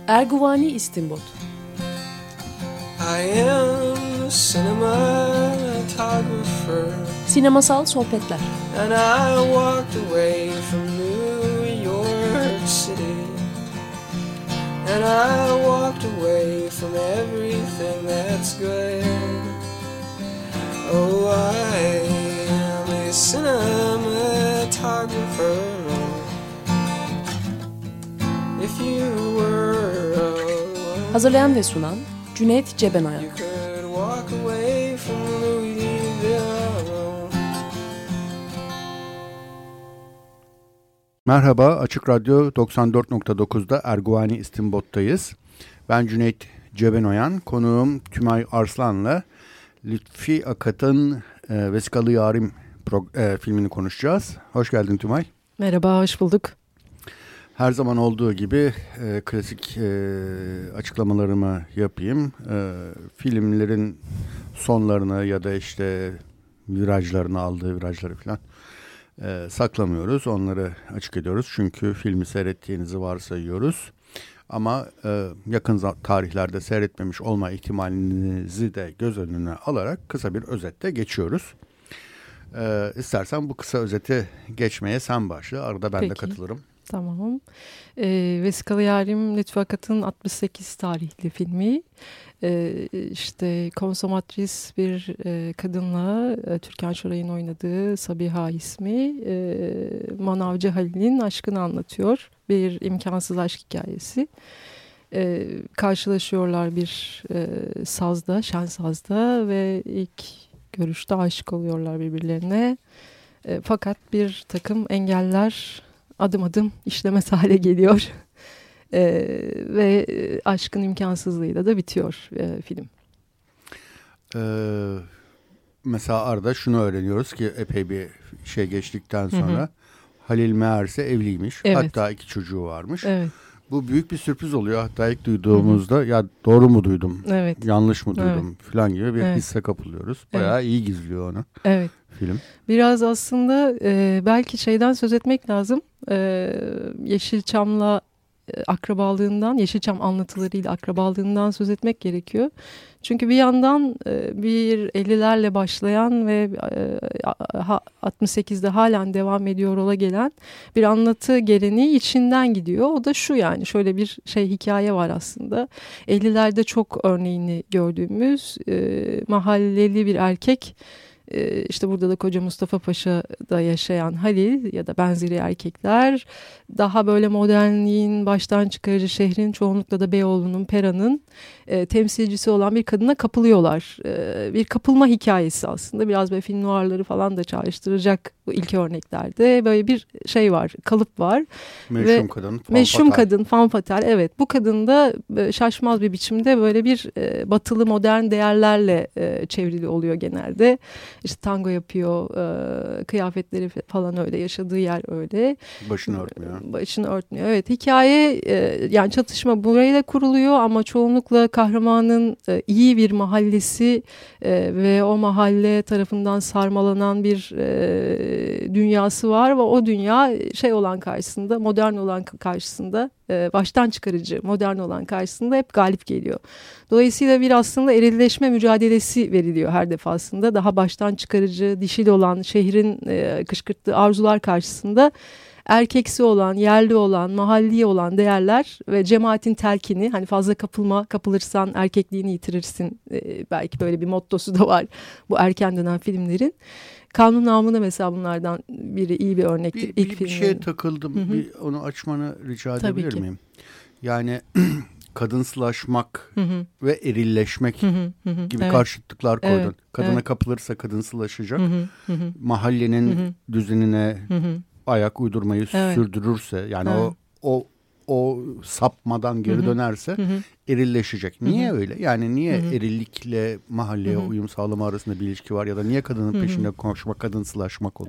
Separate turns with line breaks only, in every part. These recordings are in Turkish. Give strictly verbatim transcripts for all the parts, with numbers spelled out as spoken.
Erguvani İstinbot.
I am a cinematographer.
Sinemasal sohbetler.
And I walked away from New York City. And I walked away from everything that's good. Oh, I am a cinematographer. If you were alone,
hazırlayan ve sunan Cüneyt Cebenayak.
you could walk away from Louisville alone.
Merhaba, Açık Radyo doksan dört nokta dokuzda Erguvani İstinbot'tayız. Ben Cüneyt Cebenoyan, konuğum Tümay Arslan'la Lütfi Akat'ın e, Vesikalı Yarim pro- e, filmini konuşacağız. Hoş geldin Tümay.
Merhaba, hoş bulduk.
Her zaman olduğu gibi e, klasik e, açıklamalarımı yapayım. E, filmlerin sonlarını ya da işte virajlarını, aldığı virajları falan e, saklamıyoruz. Onları açık ediyoruz. Çünkü filmi seyrettiğinizi varsayıyoruz. Ama e, yakın tarihlerde seyretmemiş olma ihtimalinizi de göz önüne alarak kısa bir özette geçiyoruz. E, istersen bu kısa özeti geçmeye sen başla. Arada ben
Peki.
de katılırım.
Tamam. Ee, Vesikalı Yarim Lütfi Akat'ın altmış sekiz tarihli filmi. Ee, işte konsomatris bir e, kadınla e, Türkan Şoray'ın oynadığı Sabiha ismi e, manavcı Halil'in aşkını anlatıyor. Bir imkansız aşk hikayesi. E, karşılaşıyorlar bir e, sazda, şen sazda ve ilk görüşte aşık oluyorlar birbirlerine. E, fakat bir takım engeller adım adım işlemez hale geliyor e, ve aşkın imkansızlığıyla da bitiyor e, film.
Ee, mesela Arda şunu öğreniyoruz ki epey bir şey geçtikten sonra, hı hı, Halil meğerse evliymiş. Evet. Hatta iki çocuğu varmış. Evet. Bu büyük bir sürpriz oluyor. Hatta ilk duyduğumuzda, hı hı, ya doğru mu duydum, evet, yanlış mı duydum, evet, falan gibi bir, evet, hisse kapılıyoruz. Bayağı, evet, iyi gizliyor onu. Evet. Film.
Biraz aslında e, belki şeyden söz etmek lazım. E, Yeşilçam'la e, akrabalığından, Yeşilçam anlatılarıyla akrabalığından söz etmek gerekiyor. Çünkü bir yandan e, bir ellilerle başlayan ve e, altmış sekizde halen devam ediyor ola gelen bir anlatı geleneği içinden gidiyor. O da şu, yani şöyle bir şey hikaye var aslında. ellilerde çok örneğini gördüğümüz e, mahalleli bir erkek. İşte burada da Koca Mustafa Paşa'da yaşayan Halil ya da benzeri erkekler daha böyle modernliğin baştan çıkarıcı, şehrin çoğunlukla da Beyoğlu'nun, Pera'nın e, temsilcisi olan bir kadına kapılıyorlar. E, bir kapılma hikayesi aslında. Biraz böyle film noirları falan da çağrıştıracak bu ilk örneklerde. Böyle bir şey var, kalıp var.
Meşhum kadın, fan
Meşhum
fatal.
kadın, fan fatal. Evet, bu kadın da şaşmaz bir biçimde böyle bir e, batılı modern değerlerle e, çevrili oluyor genelde. İşte tango yapıyor, e, kıyafetleri falan öyle, yaşadığı yer öyle.
Başını örtmüyor.
Başını örtmüyor. Evet, hikaye e, yani çatışma burayla kuruluyor ama çoğunlukla kahramanın e, iyi bir mahallesi e, ve o mahalle tarafından sarmalanan bir e, dünyası var ve o dünya şey olan karşısında, modern olan karşısında, e, baştan çıkarıcı, modern olan karşısında hep galip geliyor. Dolayısıyla bir aslında erilleşme mücadelesi veriliyor her defasında. Daha baştan çıkarıcı, dişil olan şehrin e, kışkırttığı arzular karşısında erkeksi olan, yerli olan, mahalli olan değerler ve cemaatin telkini, hani fazla kapılma, kapılırsan erkekliğini yitirirsin, e, belki böyle bir mottosu da var bu erken dönem filmlerin. Kanun namına mesela bunlardan biri, iyi bir örnektir.
Bir,
İlk
bir, bir
filmlerin.
şeye takıldım,
Hı hı.
bir onu açmanı rica
Tabii
edebilir
ki.
miyim? Yani kadınsılaşmak, hı hı, ve erilleşmek, hı hı, hı, gibi, evet, karşıtlıklar koydun. Evet, Kadına, evet, kapılırsa kadınsılaşacak. Hı hı, hı. Mahallenin, hı hı, düzenine, hı hı, ayak uydurmayı, evet, sürdürürse, yani, evet, o o o sapmadan geri, hı hı, dönerse, hı hı, erilleşecek. Niye, hı hı, öyle? Yani niye, hı hı, erillikle mahalleye, hı hı, uyum sağlama arasında bir ilişki var ya da niye kadının, hı hı, peşinde koşmak, kadınsılaşmak oluyor?
Evet.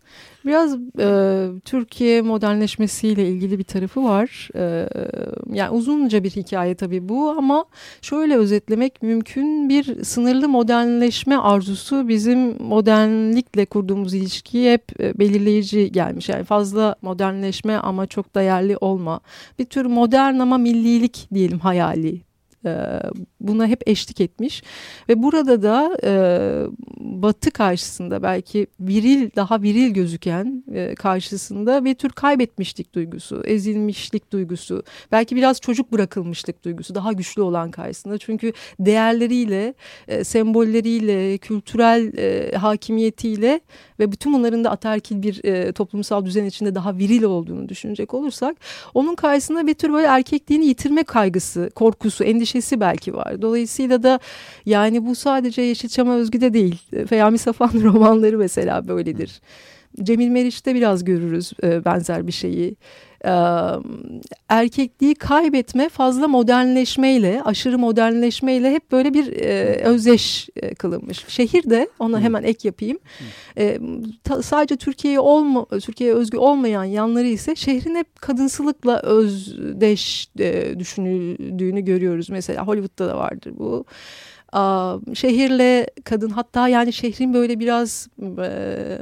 Biraz e, Türkiye modernleşmesiyle ilgili bir tarafı var. E, yani uzunca bir hikaye tabii bu ama şöyle özetlemek mümkün. Bir sınırlı modernleşme arzusu bizim modernlikle kurduğumuz ilişkiyi hep e, belirleyici gelmiş. Yani fazla modernleşme ama çok değerli olma. Bir tür modern ama millilik diyelim hayali. Buna hep eşlik etmiş ve burada da e, Batı karşısında belki viril daha viril gözüken e, karşısında bir tür kaybetmişlik duygusu, ezilmişlik duygusu, belki biraz çocuk bırakılmışlık duygusu daha güçlü olan karşısında. Çünkü değerleriyle, e, sembolleriyle, kültürel e, hakimiyetiyle ve bütün bunların da ataerkil bir e, toplumsal düzen içinde daha viril olduğunu düşünecek olursak onun karşısında bir tür böyle erkekliğini yitirme kaygısı, korkusu, endişesi belki var. Dolayısıyla da yani bu sadece Yeşilçam'a özgü de değil. Peyami Safa'nın romanları mesela böyledir. Cemil Meriç'te biraz görürüz e, benzer bir şeyi. E, erkekliği kaybetme fazla modernleşmeyle, aşırı modernleşmeyle hep böyle bir e, özdeş e, kılınmış. Şehirde ona hemen ek yapayım. E, ta, sadece Türkiye'ye olma, Türkiye'ye özgü olmayan yanları ise şehrin hep kadınsılıkla özdeş e, düşünüldüğünü görüyoruz. Mesela Hollywood'da da vardır bu. A, şehirle kadın, hatta yani şehrin böyle biraz e,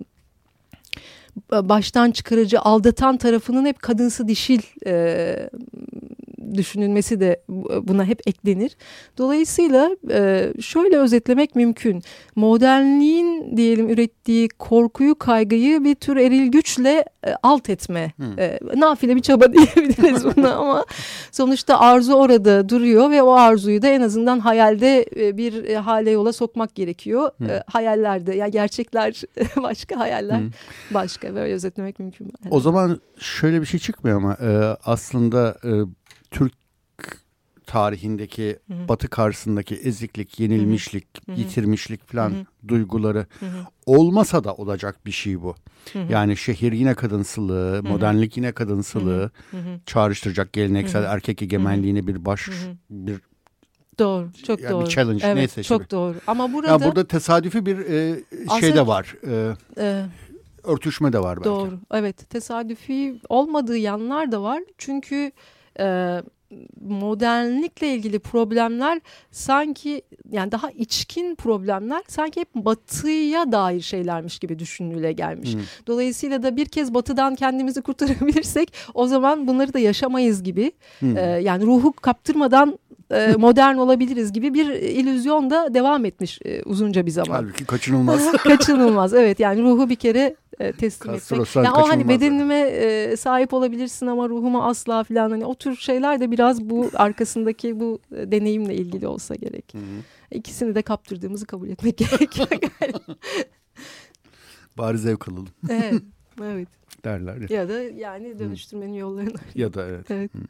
baştan çıkarıcı, aldatan tarafının hep kadınsı, dişil e, düşünülmesi de buna hep eklenir. Dolayısıyla e, şöyle özetlemek mümkün. Modernliğin diyelim ürettiği korkuyu, kaygıyı bir tür eril güçle e, alt etme. E, nafile bir çaba diyebiliriz buna ama sonuçta arzu orada duruyor ve o arzuyu da en azından hayalde e, bir e, hale yola sokmak gerekiyor. E, hayallerde, yani gerçekler başka, hayaller Hı. başka. Böyle özetlemek mümkün.
Evet. O zaman şöyle bir şey çıkmıyor ama e, aslında e, Türk tarihindeki Hı-hı. Batı karşısındaki eziklik, yenilmişlik, Hı-hı. yitirmişlik falan Hı-hı. duyguları Hı-hı. olmasa da olacak bir şey bu. Hı-hı. Yani şehir yine kadınsılığı, Hı-hı. modernlik yine kadınsılığı Hı-hı. çağrıştıracak geleneksel Hı-hı. erkek egemenliğine bir baş Hı-hı. bir
Doğru, çok
yani
doğru.
Bir challenge
evet,
neyse.
Çok
şimdi.
doğru. Ama burada
yani burada tesadüfi bir e, şey de var. E, e, örtüşme de var belki.
Doğru. Evet, tesadüfi olmadığı yanlar da var. Çünkü e, modernlikle ilgili problemler sanki, yani daha içkin problemler sanki hep batıya dair şeylermiş gibi düşünüle gelmiş. Hmm. Dolayısıyla da bir kez batıdan kendimizi kurtarabilirsek o zaman bunları da yaşamayız gibi. Hmm. Ee, yani ruhu kaptırmadan e, modern olabiliriz gibi bir illüzyon da devam etmiş e, uzunca bir zaman.
Halbuki kaçınılmaz.
Kaçınılmaz, evet, yani ruhu bir kere e, teslim etmek. Yani o hani bedenime e, sahip olabilirsin ama ruhuma asla falan, hani o tür şeyler de biraz bu arkasındaki bu e, deneyimle ilgili olsa gerek. Hı hı. İkisini de kaptırdığımızı kabul etmek gerekiyor galiba.
Bari zevk alalım.
Evet, evet.
Derler ya.
Ya da yani dönüştürmenin hı. yollarını.
Ya da evet.
evet.
Hı.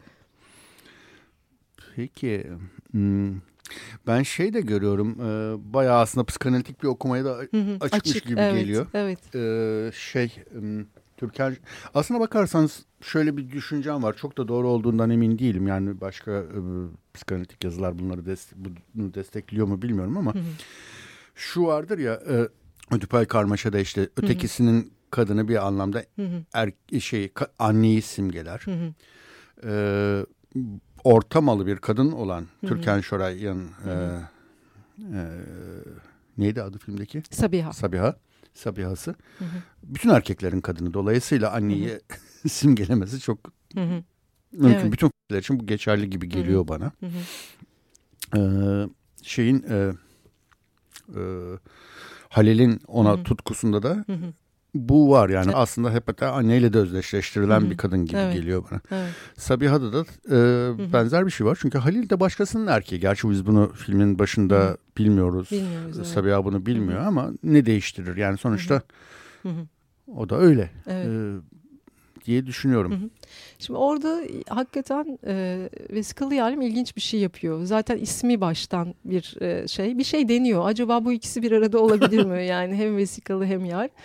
Peki. Hmm. Ben şey de görüyorum, e, bayağı aslında psikanalitik bir okumaya da hı hı, açıkmış açık, gibi
evet,
geliyor.
Evet.
E, şey, e, Türker, aslına bakarsanız şöyle bir düşüncem var. Çok da doğru olduğundan emin değilim. Yani başka e, psikanalitik yazılar bunları dest- bunu destekliyor mu bilmiyorum ama hı hı. şu vardır ya, e, Ödipal Karmaşa'da işte ötekisinin hı hı. kadını bir anlamda hı hı. Er, şey ka, anneyi simgeler. Hı hı. E, ortamalı bir kadın olan Hı-hı. Türkan Şoray'ın e, e, neydi adı filmdeki?
Sabiha.
Sabiha. Sabihası. Hı-hı. Bütün erkeklerin kadını. Dolayısıyla anneyi simgelemesi çok Hı-hı. mümkün. Evet. Bütün filmler için bu geçerli gibi geliyor Hı-hı. bana. Ee, şeyin e, e, Halil'in ona Hı-hı. tutkusunda da Hı-hı. bu var yani, evet. aslında hep anneyle de özdeşleştirilen Hı-hı. bir kadın gibi evet. geliyor bana. Evet. Sabiha'da da e, benzer bir şey var. Çünkü Halil de başkasının erkeği. Gerçi biz bunu filmin başında Hı-hı. bilmiyoruz. Bilmiyoruz evet. Sabiha bunu bilmiyor Hı-hı. ama ne değiştirir? Yani sonuçta Hı-hı. o da öyle evet. e, diye düşünüyorum. Hı-hı.
Şimdi orada hakikaten e, Vesikalı Yarim ilginç bir şey yapıyor. Zaten ismi baştan bir e, şey. Bir şey deniyor. Acaba bu ikisi bir arada olabilir mi? Yani hem vesikalı hem yar.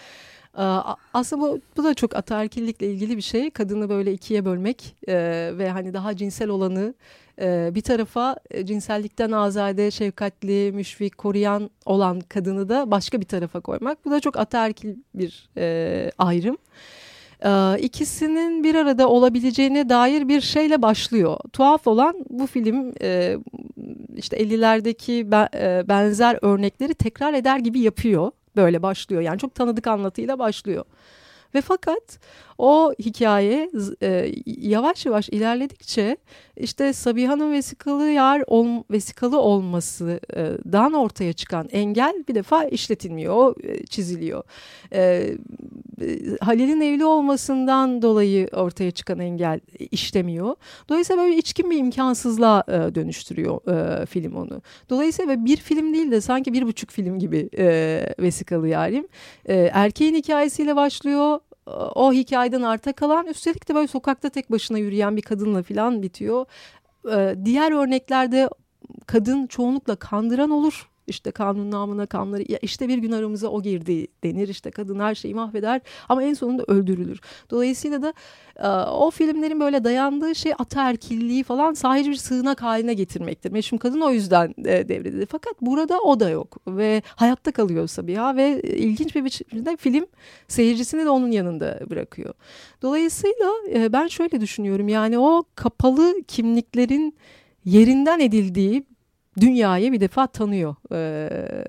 Aslında bu, bu da çok ataerkillikle ilgili bir şey. Kadını böyle ikiye bölmek e, ve hani daha cinsel olanı e, bir tarafa, e, cinsellikten azade, şefkatli, müşfik, koruyan olan kadını da başka bir tarafa koymak. Bu da çok ataerkil bir e, ayrım. E, ikisinin bir arada olabileceğine dair bir şeyle başlıyor. Tuhaf olan bu film e, işte ellilerdeki be, e, benzer örnekleri tekrar eder gibi yapıyor. Böyle başlıyor, yani çok tanıdık anlatıyla başlıyor. Ve fakat o hikaye e, yavaş yavaş ilerledikçe işte Sabiha'nın vesikalı yar ol, vesikalı olmasından ortaya çıkan engel bir defa işletilmiyor, o e, çiziliyor. E, Halil'in evli olmasından dolayı ortaya çıkan engel işlemiyor. Dolayısıyla böyle içkin bir imkansızlığa e, dönüştürüyor e, film onu. Dolayısıyla bir film değil de sanki bir buçuk film gibi e, vesikalı yarim. E, erkeğin hikayesiyle başlıyor. O hikayeden arta kalan, üstelik de böyle sokakta tek başına yürüyen bir kadınla falan bitiyor. Ee, diğer örneklerde kadın çoğunlukla kandıran olur. İşte kanun namına kanları, ya işte bir gün aramıza o girdi denir, işte kadın her şeyi mahveder ama en sonunda öldürülür. Dolayısıyla da e, o filmlerin böyle dayandığı şey ataerkilliği falan sahici bir sığınak haline getirmektir. Meşhum Kadın o yüzden e, devredilir. Fakat burada o da yok ve hayatta kalıyor Sabiha ve ilginç bir biçimde film seyircisini de onun yanında bırakıyor. Dolayısıyla e, ben şöyle düşünüyorum, yani o kapalı kimliklerin yerinden edildiği dünyayı bir defa tanıyor e,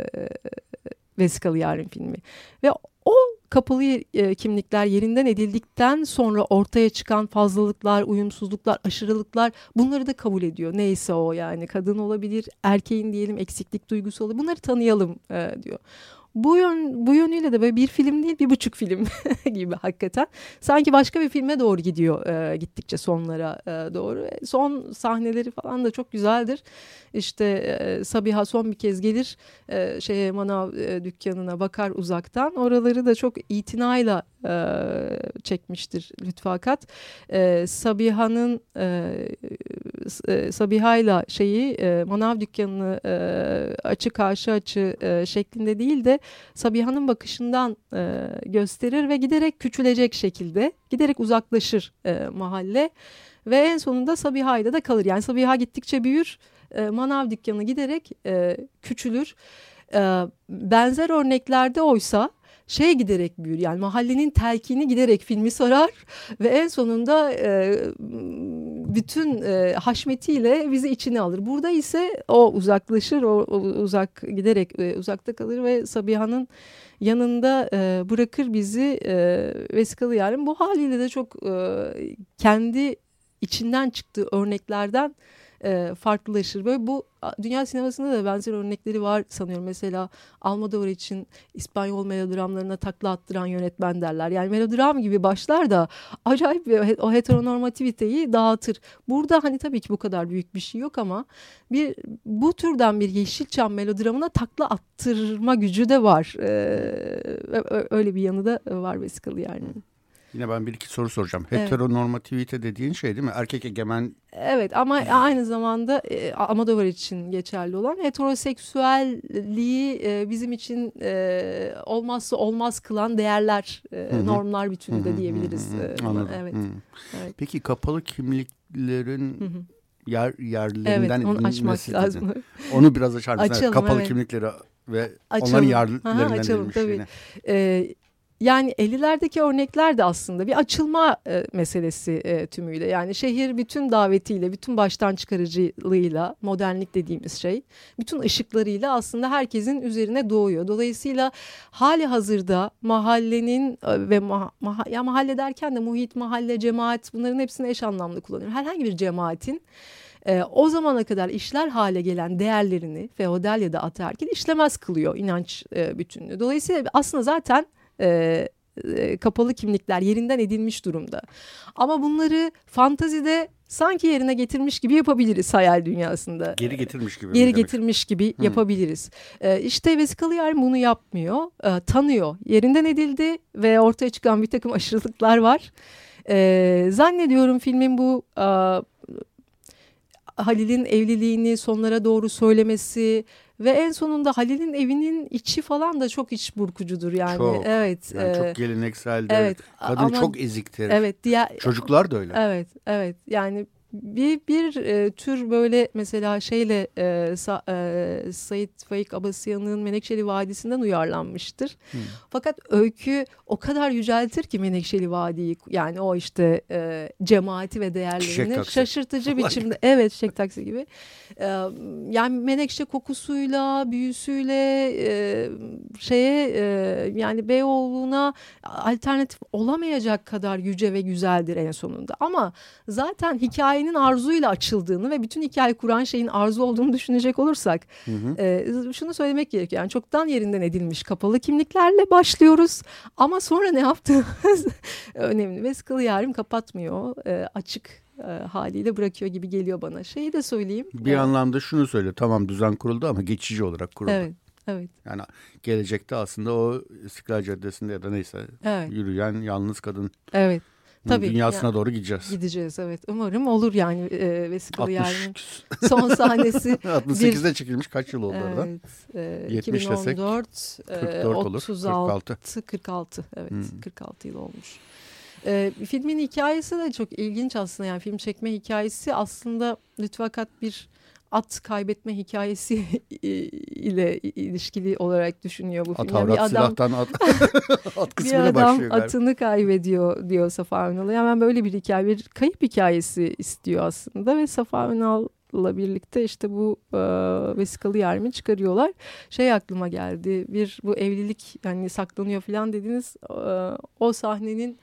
Vesikalı Yarim filmi. Ve o kapalı e, kimlikler yerinden edildikten sonra ortaya çıkan fazlalıklar, uyumsuzluklar, aşırılıklar, bunları da kabul ediyor. Neyse o, yani kadın olabilir, erkeğin diyelim eksiklik duygusu olabilir, bunları tanıyalım e, diyor. Bu yön, bu yönüyle de böyle bir film değil, bir buçuk film gibi hakikaten. Sanki başka bir filme doğru gidiyor e, gittikçe sonlara e, doğru. Son sahneleri falan da çok güzeldir. İşte e, Sabiha son bir kez gelir e, şeye manav e, dükkanına bakar uzaktan. Oraları da çok itinayla e, çekmiştir Lütfü Akat. E, Sabiha'nın e, e, Sabiha'yla şeyi e, manav dükkanını e, açı karşı açı e, şeklinde değil de Sabiha'nın bakışından e, gösterir ve giderek küçülecek şekilde giderek uzaklaşır e, mahalle ve en sonunda Sabiha'yla da kalır. Yani Sabiha gittikçe büyür, e, manav dükkanı giderek e, küçülür. E, benzer örneklerde oysa şey giderek büyür, yani mahallenin telkini giderek filmi sarar ve en sonunda e, bütün e, haşmetiyle bizi içine alır. Burada ise o uzaklaşır, o, o uzak giderek e, uzakta kalır ve Sabiha'nın yanında e, bırakır bizi e, Vesikalı Yarim. Bu haliyle de çok e, kendi içinden çıktığı örneklerden e, farklılaşır. Böyle bu dünya sinemasında da benzer örnekleri var sanıyorum. Mesela Almodovar için İspanyol melodramlarına takla attıran yönetmen derler. Yani melodram gibi başlar da acayip o heteronormativiteyi dağıtır. Burada hani tabii ki bu kadar büyük bir şey yok ama bir bu türden bir Yeşilçam melodramına takla attırma gücü de var. Ee, öyle bir yanı da var Vesikalı Yarim'in.
Yine ben bir iki soru soracağım. Evet. Heteronormativite dediğin şey değil mi? Erkek egemen.
Evet, ama aynı zamanda e, Almodovar için geçerli olan heteroseksüelliği e, bizim için e, olmazsa olmaz kılan değerler, e, normlar bütünü de diyebiliriz. Hı hı.
Anladım.
Evet.
Evet. Peki kapalı kimliklerin hı hı. yer yerlerinden
evet, onu açmak lazım.
Onu biraz açar mısın?
Açalım,
kapalı
evet.
kimlikleri ve
açalım.
onların yerlerinden
Aha, açalım, tabii. Ee, Yani ellilerdeki örnekler de aslında bir açılma e, meselesi e, tümüyle. Yani şehir bütün davetiyle, bütün baştan çıkarıcılığıyla, modernlik dediğimiz şey, bütün ışıklarıyla aslında herkesin üzerine doğuyor. Dolayısıyla hali hazırda mahallenin e, ve ma- ma- ya mahalle derken de muhit, mahalle, cemaat, bunların hepsini eş anlamlı kullanıyorum. Herhangi bir cemaatin e, o zamana kadar işler hale gelen değerlerini feodal ya da ataerkil işlemez kılıyor inanç e, bütünlüğü. Dolayısıyla aslında zaten E, e, kapalı kimlikler yerinden edilmiş durumda. Ama bunları fantazide sanki yerine getirmiş gibi yapabiliriz hayal dünyasında.
Geri getirmiş gibi.
Geri getirmiş gibi hmm. yapabiliriz. E, işte Vesikalı Yarim bunu yapmıyor. E, tanıyor. Yerinden edildi ve ortaya çıkan bir takım aşırılıklar var. E, zannediyorum filmin bu... E, Halil'in evliliğini sonlara doğru söylemesi ve en sonunda Halil'in evinin içi falan da çok iç burkucudur yani.
Çok.
Evet.
Yani
e,
çok gelenekseldir.
Evet.
Kadın
Ama,
çok eziktir.
Evet. Diğer,
Çocuklar da öyle.
Evet. Evet. Yani bir bir e, tür böyle mesela şeyle e, Sa, e, Sait Faik Abasıyan'ın Menekşeli Vadisi'nden uyarlanmıştır. Hmm. Fakat öykü o kadar yüceltir ki Menekşeli Vadi'yi, yani o işte e, cemaati ve değerlerini şaşırtıcı biçimde, evet, Çiçek Taksi gibi. E, yani Menekşe kokusuyla, büyüsüyle e, şeye e, yani Beyoğlu'na alternatif olamayacak kadar yüce ve güzeldir en sonunda. Ama zaten hikaye arzuyla açıldığını ve bütün hikaye kuran şeyin arzu olduğunu düşünecek olursak hı hı. E, şunu söylemek gerekiyor. Yani çoktan yerinden edilmiş kapalı kimliklerle başlıyoruz ama sonra ne yaptığımız önemli. Vesikalı Yarim kapatmıyor. E, açık e, haliyle bırakıyor gibi geliyor bana. Şeyi de söyleyeyim.
Bir e, anlamda şunu söyle. Tamam, düzen kuruldu ama geçici olarak kuruldu.
Evet. Evet.
Yani gelecekte aslında o İstiklal Caddesi'nde ya da neyse evet. yürüyen yalnız kadın. Evet. Tabii, dünyasına yani, doğru gideceğiz.
Gideceğiz, evet. Umarım olur yani e, Vesikalı Yarim'in son sahnesi.
altmış sekizde bir, çekilmiş, kaç yıl oldu orada?
Evet. E,
yetmiş
iki bin on dört,
desek kırk dört olur.
otuz altı, kırk altı evet, hmm. kırk altı yıl olmuş. E, filmin hikayesi de çok ilginç aslında, yani film çekme hikayesi aslında Lütfü Akat bir at kaybetme hikayesi ile ilişkili olarak düşünüyor bu film.
At avrat,
yani bir adam,
silahtan at, at
bir adam atını kaybediyor diyor Safa Ünal'a. Hemen böyle bir hikaye, bir kayıp hikayesi istiyor aslında ve Safa Ünal'la birlikte işte bu e, Vesikalı Yarim'i çıkarıyorlar. Şey aklıma geldi, bir bu evlilik yani saklanıyor falan dediniz, e, o sahnenin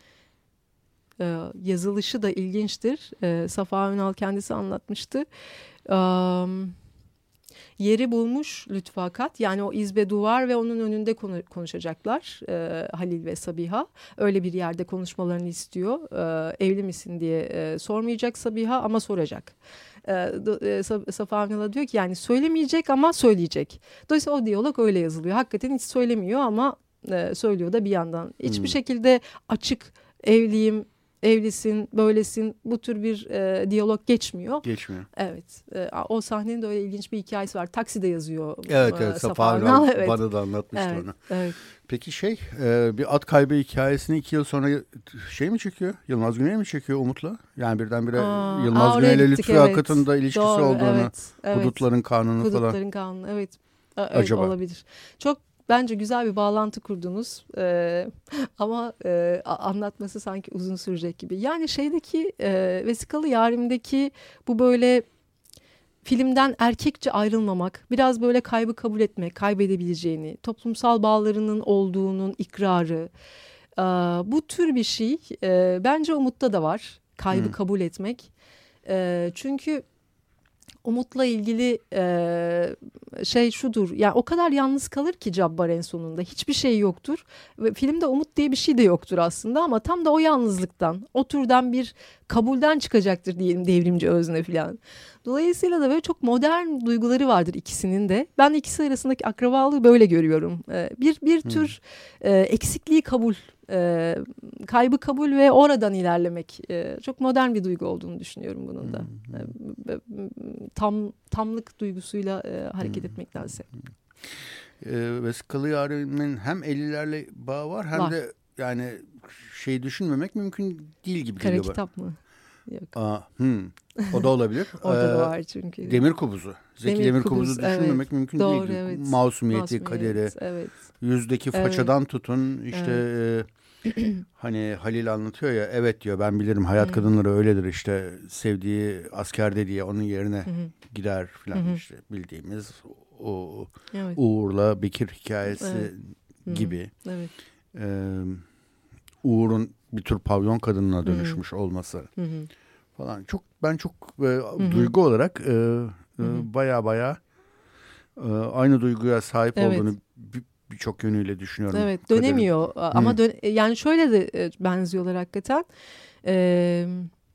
e, yazılışı da ilginçtir. E, Safa Ünal kendisi anlatmıştı. Um, yeri bulmuş Lütfü Akat, yani o izbe duvar ve onun önünde konu- konuşacaklar e, Halil ve Sabiha, öyle bir yerde konuşmalarını istiyor. E, evli misin diye e, sormayacak Sabiha ama soracak. E, e, Safa Ünal'a diyor ki yani söylemeyecek ama söyleyecek. Dolayısıyla o diyalog öyle yazılıyor. Hakikaten hiç söylemiyor ama e, söylüyor da bir yandan. Hiçbir hmm. şekilde açık evliyim, evlisin, böylesin, bu tür bir e, diyalog geçmiyor.
Geçmiyor.
Evet. E, o sahnenin de öyle ilginç bir hikayesi var. Takside yazıyor.
Evet, evet.
E,
Safa Ünal evet. bana da anlatmıştı
evet,
onu.
Evet.
Peki şey, e, bir at kaybı hikayesini iki yıl sonra şey mi çekiyor? Yılmaz Güney mi çekiyor Umut'la? Yani birdenbire Aa, Yılmaz Güney ile Lütfü evet. Akat'ın da ilişkisi Doğru, olduğunu, evet, evet. Hudutların kanunu
Hudutların
falan.
Hudutların kanunu, evet. Acaba? Olabilir. Çok bence güzel bir bağlantı kurdunuz ee, ama e, anlatması sanki uzun sürecek gibi. Yani şeydeki e, Vesikalı Yarim'deki bu böyle filmden erkekçe ayrılmamak, biraz böyle kaybı kabul etmek, kaybedebileceğini, toplumsal bağlarının olduğunun ikrarı, e, bu tür bir şey e, bence Umut'ta da var, kaybı hmm. kabul etmek. E, çünkü Umut'la ilgili e, şey şudur, yani o kadar yalnız kalır ki Cabbar en sonunda, hiçbir şey yoktur ve filmde Umut diye bir şey de yoktur aslında, ama tam da o yalnızlıktan, o türden bir kabulden çıkacaktır diyelim, devrimci özne falan. Dolayısıyla da böyle çok modern duyguları vardır ikisinin de. Ben ikisi arasındaki akrabalığı böyle görüyorum. E, bir bir tür e, eksikliği kabul, e, kaybı kabul ve oradan ilerlemek e, çok modern bir duygu olduğunu düşünüyorum bunun da. E, tam tamlık duygusuyla e, hareket hmm. etmektense.
E, Vesikalı Yarim'in hem ellilerle bağı var hem var. de yani şey düşünmemek mümkün değil gibi geliyor.
Kara kitap mı? Yok.
Aa, hmm. O da olabilir.
Orada ee, da var çünkü.
Demir Kubuzu. Zeki Demir, Demir Kubuzu düşünmemek evet. mümkün
Doğru,
değil.
Evet.
Masumiyeti,
Masumiyet,
kaderi,
evet.
yüzdeki façadan evet. tutun işte evet. e, hani Halil anlatıyor ya, evet diyor, ben bilirim hayat Hı-hı. kadınları öyledir işte, sevdiği askerde diye onun yerine Hı-hı. gider filan Hı-hı. işte bildiğimiz o evet. Uğur'la Bekir hikayesi evet. gibi. Evet. Ee, Uğur'un bir tür pavyon kadınına dönüşmüş Hı-hı. olması Hı-hı. falan. Çok ben çok e, duygu olarak e, e, baya baya e, aynı duyguya sahip evet. olduğunu birçok yönüyle düşünüyorum.
Evet, dönemiyor kaderin. Ama dön, yani şöyle de benziyorlar hakikaten. Ee,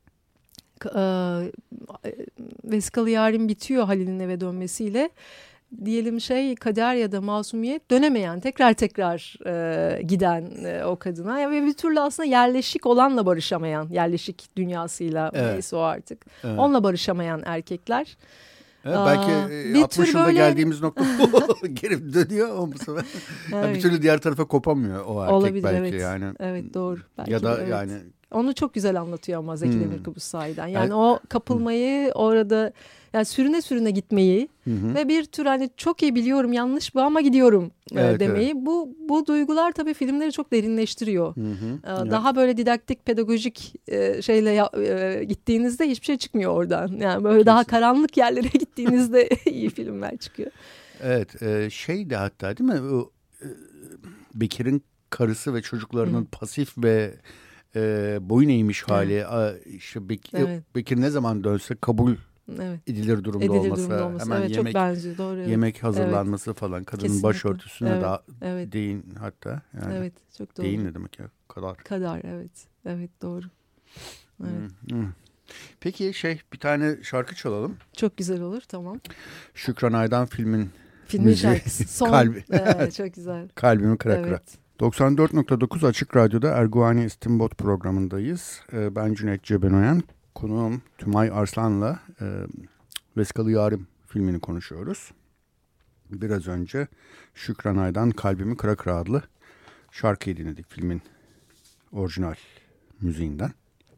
e, Vesikalı Yarim bitiyor Halil'in eve dönmesiyle. diyelim şey kader ya da masumiyet dönemeyen tekrar tekrar e, giden e, o kadına ya ve bir türlü aslında yerleşik olanla barışamayan yerleşik dünyasıyla
Evet.
neyse o artık
Evet.
onunla barışamayan erkekler.
Evet,
Aa,
belki
bir
altmış
tür
yılda
böyle-
geldiğimiz nokta geri dönüyor ama bu sefer yani bir
Evet.
türlü diğer tarafa kopamıyor o erkek
Olabilir,
belki
evet.
yani.
Evet, doğru. Belki
ya da
de, evet.
yani
Onu çok güzel anlatıyor ama Zeki
Hmm.
Demirkubuz sahiden. Yani
Evet.
o kapılmayı orada yani sürüne sürüne gitmeyi
Hı hı.
ve bir tür hani çok iyi biliyorum yanlış bu ama gidiyorum e,
Evet,
demeyi. Bu bu duygular tabii filmleri çok derinleştiriyor.
Hı hı.
Ee,
Evet.
Daha böyle didaktik pedagojik e, şeyle ya- e, gittiğinizde hiçbir şey çıkmıyor oradan. Yani böyle daha
Kesin.
karanlık yerlere gittiğinizde iyi filmler çıkıyor.
Evet, e, şey de hatta değil mi? O, e, Bekir'in karısı ve çocuklarının
Hı.
pasif ve e, boyun eğmiş hali. A, işte Bek-
Evet.
Bekir ne zaman dönse kabul
Evet.
edilir durumda
Edilir
olması,
durumda olması.
hemen
Evet,
yemek
çok benziyor. Doğru. Evet.
yemek hazırlanması falan, kadının
Kesinlikle.
başörtüsüne
Evet,
da
evet.
değin hatta. Yani
Evet, çok doğru.
değin ne demek ya? Kadar.
Kadar, evet. Evet, doğru. Evet.
Hı, hı. Peki şey bir tane şarkı çalalım.
Çok güzel olur, tamam.
Şükran Aydan filmin
Filmin
müziği.
şarkısı. Son.
Kalbi.
Evet, çok güzel.
Kalbimi kıra kıra.
Evet.
doksan dört nokta dokuz Açık Radyo'da Erguvani İstinbot programındayız. Ee, ben Cüneyt Cebenoyan. Konuğum Tümay Arslan'la e, Vesikalı Yarim filmini konuşuyoruz. Biraz önce Şükran Aydan Kalbimi Kıra Kıra adlı şarkıyı dinledik filmin orijinal müziğinden.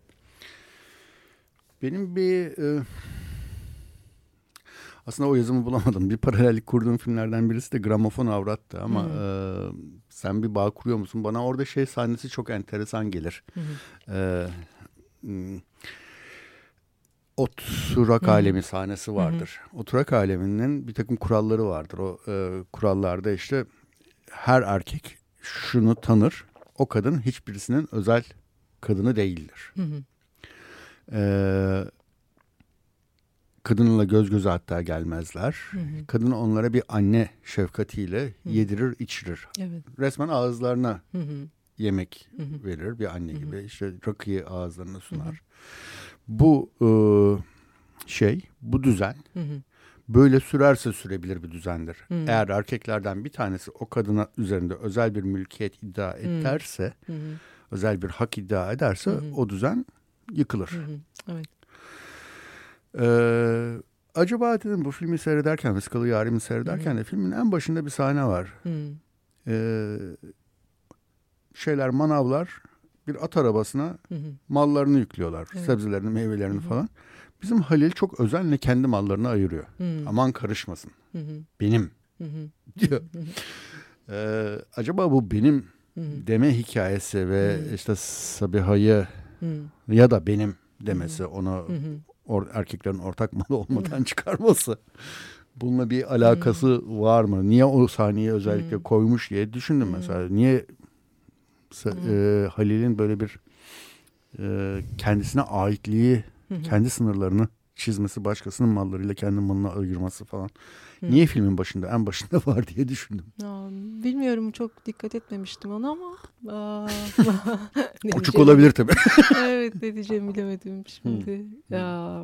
Benim bir... E, aslında o yazımı bulamadım. Bir paralellik kurduğum filmlerden birisi de Gramofon Avrat'tı ama
Hı.
e, sen bir bağ kuruyor musun? Bana orada şey sahnesi çok enteresan gelir.
Hı hı.
E, hmm, Oturak
Hı hı.
alemi sahnesi vardır. Hı hı. Oturak aleminin bir takım kuralları vardır. O e, kurallarda işte her erkek şunu tanır. O kadın hiçbirisinin özel kadını değildir.
Hı hı.
Eee Kadınla göz göze hatta gelmezler.
Hı hı.
Kadın onlara bir anne şefkatiyle
Hı.
yedirir, içirir.
Evet.
Resmen ağızlarına
Hı hı.
yemek
Hı hı.
verir bir anne
Hı hı.
gibi. İşte rakıyı ağızlarına sunar.
Hı hı.
Bu e, şey, bu düzen
Hı hı.
böyle sürerse sürebilir bir düzendir.
Hı.
Eğer erkeklerden bir tanesi o kadına üzerinde özel bir mülkiyet iddia ederse,
Hı hı.
özel bir hak iddia ederse
Hı hı.
o düzen yıkılır.
Hı hı. Evet.
Ee, acaba dedim bu filmi seyrederken, Vesikalı Yarim'i seyrederken
Hı hı.
de filmin en başında bir sahne var.
Hı.
Ee, şeyler, manavlar bir at arabasına
Hı hı.
mallarını yüklüyorlar.
Evet.
Sebzelerini, meyvelerini
Hı hı.
falan. Bizim Halil çok özenle kendi mallarını ayırıyor.
Hı.
Aman karışmasın.
Hı hı.
Benim
Hı hı.
diyor.
Hı hı.
Ee, acaba bu benim
Hı hı.
deme hikayesi ve
Hı.
işte Sabiha'yı
Hı.
ya da benim demesi, onu
Hı hı.
or, erkeklerin ortak malı olmadan çıkarması. Bununla bir alakası hmm. var mı? Niye o sahneyi özellikle hmm. koymuş diye düşündüm hmm. mesela. Niye hmm. e, Halil'in böyle bir e, kendisine aitliği, hmm. kendi sınırlarını çizmesi, başkasının mallarıyla kendi malını ayırması falan. Hmm. Niye filmin başında, en başında var diye düşündüm.
Ya, bilmiyorum, çok dikkat etmemiştim ona ama. Aa,
Küçük olabilir tabii.
Evet, ne diyeceğimi bilemedim şimdi. Hmm. Ya.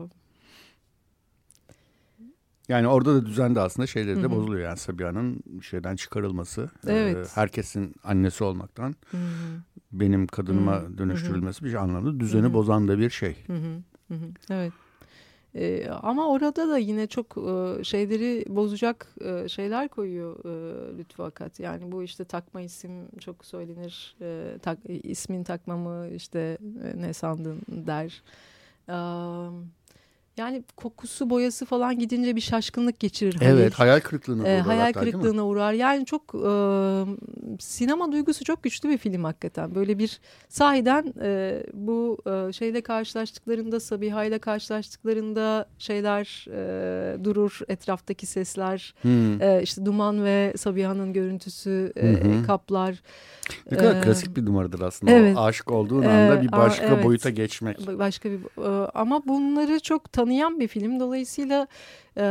Yani orada da düzen de aslında şeyleri de
Hı hı.
bozuluyor. Yani Sabiha'nın şeyden çıkarılması,
evet.
e, herkesin annesi olmaktan
hı hı.
benim kadınıma
hı hı.
dönüştürülmesi bir anlamda düzeni
hı hı.
bozan da bir şey.
Hı hı. Hı hı. Evet. Ee, ama orada da yine çok e, şeyleri bozacak e, şeyler koyuyor e, Lütfü Akat. Yani bu işte takma isim çok söylenir. E, tak, ismin takmamı işte e, ne sandın der. E, yani kokusu, boyası falan gidince bir şaşkınlık geçirir Halil.
Evet, hayal kırıklığına uğrar.
E, hayal
hatta,
kırıklığına uğrar. Yani çok e, sinema duygusu çok güçlü bir film hakikaten. Böyle bir sahiden e, bu e, şeyle karşılaştıklarında, Sabiha ile karşılaştıklarında şeyler e, durur, etraftaki sesler,
hmm.
e, işte duman ve Sabiha'nın görüntüsü e, kaplar.
Ne kadar
ee,
klasik bir numaradır aslında.
Evet.
O aşık olduğun anda
ee,
bir başka
evet.
boyuta geçmek.
Başka bir e, ama bunları çok tanıyan bir film. Dolayısıyla e,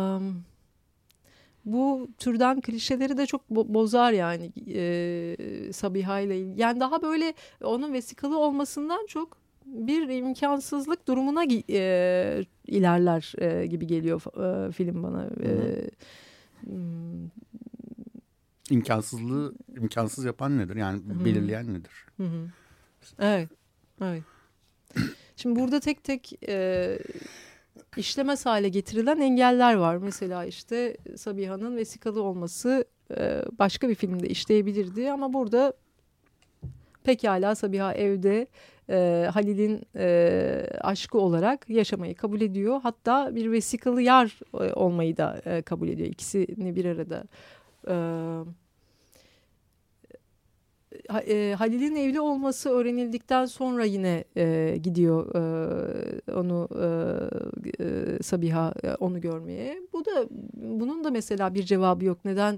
bu türden klişeleri de çok bo- bozar yani e, Sabiha ile ilgili. Yani daha böyle onun vesikalı olmasından çok bir imkansızlık durumuna e, ilerler e, gibi geliyor e, film bana. E, Hmm.
İmkansızlığı imkansız yapan nedir? Yani
Hı-hı.
belirleyen nedir?
Hı-hı. Evet, evet. Şimdi burada tek tek e, işlemez hale getirilen engeller var. Mesela işte Sabiha'nın vesikalı olması e, başka bir filmde işleyebilirdi ama burada pekala Sabiha evde e, Halil'in e, aşkı olarak yaşamayı kabul ediyor. Hatta bir vesikalı yar e, olmayı da e, kabul ediyor. İkisini bir arada. E, e, Halil'in evli olması öğrenildikten sonra yine e, gidiyor e, onu e, e, Sabiha e, onu görmeye. Bu da bunun da mesela bir cevabı yok. Neden?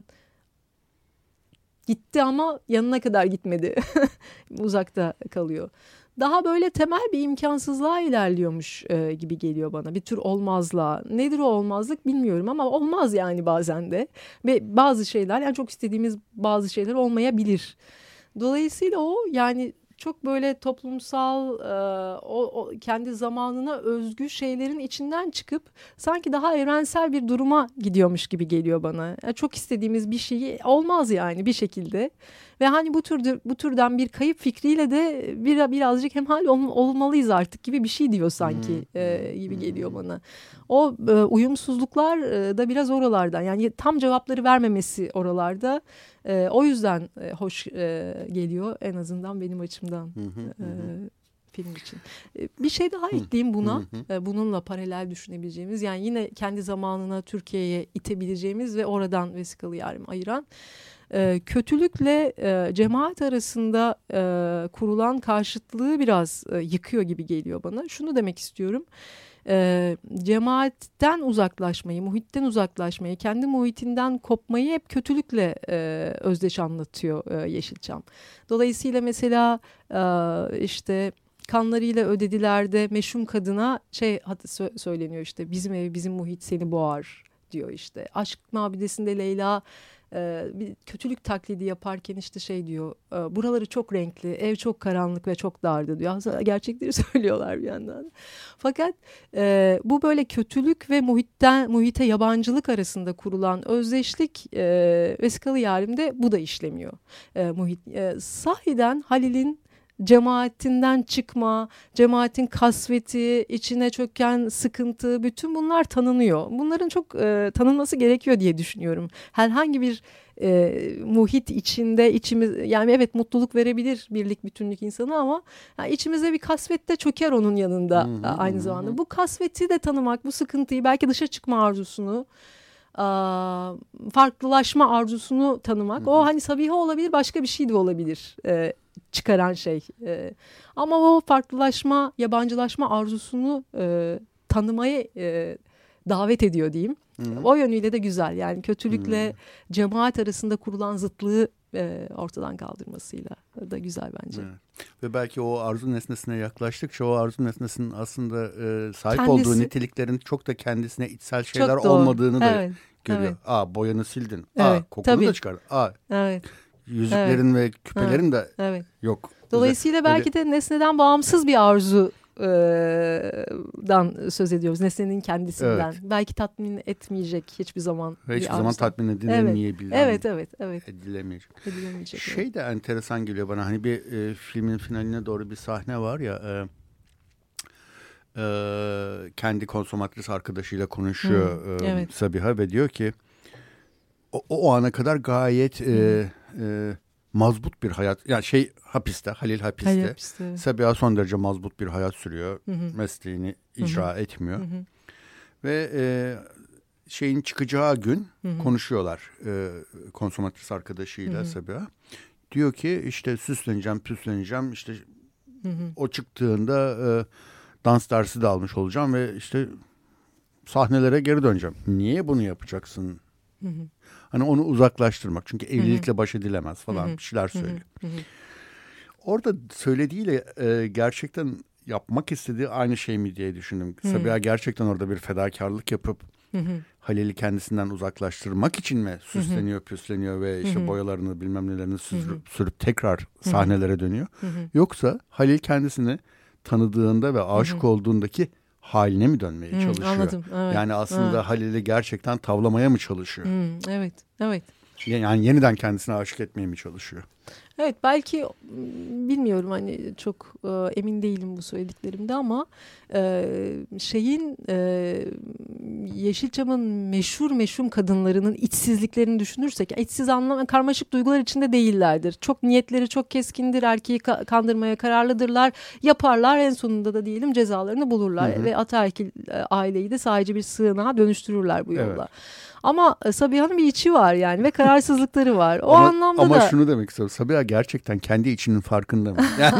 Gitti ama yanına kadar gitmedi. Uzakta kalıyor. Daha böyle temel bir imkansızlığa ilerliyormuş e, gibi geliyor bana. Bir tür olmazlığa. Nedir o olmazlık bilmiyorum ama olmaz yani bazen de. Ve bazı şeyler, yani çok istediğimiz bazı şeyler olmayabilir. Dolayısıyla o yani çok böyle toplumsal e, o, o kendi zamanına özgü şeylerin içinden çıkıp sanki daha evrensel bir duruma gidiyormuş gibi geliyor bana. Yani çok istediğimiz bir şeyi olmaz yani bir şekilde. Ve hani bu türde bu türden bir kayıp fikriyle de bir birazcık hemhal ol, olmalıyız artık gibi bir şey diyor sanki e, gibi geliyor bana. O e, uyumsuzluklar e, da biraz oralardan, yani tam cevapları vermemesi oralarda. E, o yüzden e, hoş e, geliyor en azından benim açımdan e, film için. E, bir şey daha ekleyeyim buna. E, bununla paralel düşünebileceğimiz, yani yine kendi zamanına Türkiye'ye itebileceğimiz ve oradan vesikalı yarım ayıran. E, kötülükle e, cemaat arasında e, kurulan karşıtlığı biraz e, yıkıyor gibi geliyor bana. Şunu demek istiyorum. E, cemaatten uzaklaşmayı, muhitten uzaklaşmayı, kendi muhitinden kopmayı hep kötülükle e, özdeş anlatıyor e, Yeşilçam. Dolayısıyla mesela e, işte kanlarıyla ödedilerde meşhum kadına şey sö- söyleniyor, işte bizim ev, bizim muhit seni boğar diyor işte. Aşk Mabidesi'nde Leyla Ee, bir kötülük taklidi yaparken işte şey diyor, e, buraları çok renkli, ev çok karanlık ve çok dardı diyor. Aslında gerçekleri söylüyorlar bir yandan. Fakat e, bu böyle kötülük ve muhitten muhite yabancılık arasında kurulan özdeşlik e, vesikalı yarimde bu da işlemiyor. E, muhit e, sahiden Halil'in cemaatinden çıkma, cemaatin kasveti, içine çöken sıkıntı, bütün bunlar tanınıyor. Bunların çok e, tanınması gerekiyor diye düşünüyorum. Herhangi bir e, muhit içinde içimiz, yani evet mutluluk verebilir birlik bütünlük insanı ama yani içimize bir kasvet de çöker onun yanında hı hı, aynı hı. zamanda. Bu kasveti de tanımak, bu sıkıntıyı, belki dışa çıkma arzusunu, farklılaşma arzusunu tanımak. Hı hı. O hani Sabiha olabilir, başka bir şey de olabilir e, çıkaran şey. E, ama o farklılaşma, yabancılaşma arzusunu e, tanımaya e, davet ediyor diyeyim. Hı hı. O yönüyle de güzel. Yani kötülükle hı. cemaat arasında kurulan zıtlığı e, ortadan kaldırmasıyla da güzel bence. Evet.
Ve belki o arzu nesnesine yaklaştıkça o arzu nesnesinin aslında e, sahip Kendisi, olduğu niteliklerin çok da kendisine içsel şeyler olmadığını da evet, görüyor. Evet. Aa boyanı sildin. Evet, Aa kokunu tabii. da çıkardın. Aa evet. yüzüklerin evet. ve küpelerin evet. de evet. yok.
Dolayısıyla Güzel. belki de nesneden bağımsız bir arzu dan söz ediyoruz. Nesnenin kendisinden. Evet. Belki tatmin etmeyecek hiçbir zaman.
Ve hiçbir zaman tatmin edilemeyebilir.
Evet, evet, evet.
Edilemeyecek.
Edilemeyecek.
Şey evet. de enteresan geliyor bana. Hani bir e, filmin finaline doğru bir sahne var ya. E, e, kendi konsomatris arkadaşıyla konuşuyor hmm, e, evet. Sabiha ve diyor ki o, o ana kadar gayet e, e, mazbut bir hayat, yani şey hapiste, Halil hapiste. Halil hapiste. Sabiha son derece mazbut bir hayat sürüyor. Hı hı. Mesleğini icra hı hı. etmiyor. Hı hı. Ve e, şeyin çıkacağı gün hı hı. konuşuyorlar e, konsomatris arkadaşıyla hı hı. Sabiha. Diyor ki işte süsleneceğim, püsleneceğim. İşte hı hı. o çıktığında e, dans dersi de almış olacağım ve işte sahnelere geri döneceğim. Niye bunu yapacaksın? Hı hı. Hani onu uzaklaştırmak. Çünkü evlilikle hı hı. baş edilemez falan hı hı. bir şeyler söylüyor. Hı hı. Orada söylediğiyle e, gerçekten yapmak istediği aynı şey mi diye düşündüm. Hı hı. Sabiha gerçekten orada bir fedakarlık yapıp hı hı. Halil'i kendisinden uzaklaştırmak için mi süsleniyor, hı hı. püsleniyor ve işte hı hı. boyalarını bilmem nelerini sürüp, hı hı. sürüp tekrar hı hı. sahnelere dönüyor. Hı hı. Yoksa Halil kendisini tanıdığında ve aşık hı hı. olduğundaki haline mi dönmeye
Hmm,
çalışıyor?
Anladım. Evet.
Yani aslında
Ha.
Halil'i gerçekten tavlamaya mı çalışıyor?
Hmm, evet, evet.
Yani yeniden kendisine aşık etmeye mi çalışıyor?
Evet, belki bilmiyorum, hani çok e, emin değilim bu söylediklerimde ama e, şeyin e, Yeşilçam'ın meşhur meşhum kadınlarının içsizliklerini düşünürsek, içsiz anlam karmaşık duygular içinde değillerdir. Çok niyetleri çok keskindir, erkeği ka- kandırmaya kararlıdırlar, yaparlar, en sonunda da diyelim cezalarını bulurlar. Hı hı. Ve ataerkil aileyi de sadece bir sığınağa dönüştürürler bu yolla. Evet. Ama Sabiha'nın bir içi var yani ve kararsızlıkları var. O
ama,
anlamda
ama
da...
Ama şunu demek istiyorum. Sabiha gerçekten kendi içinin farkında mı? Yani,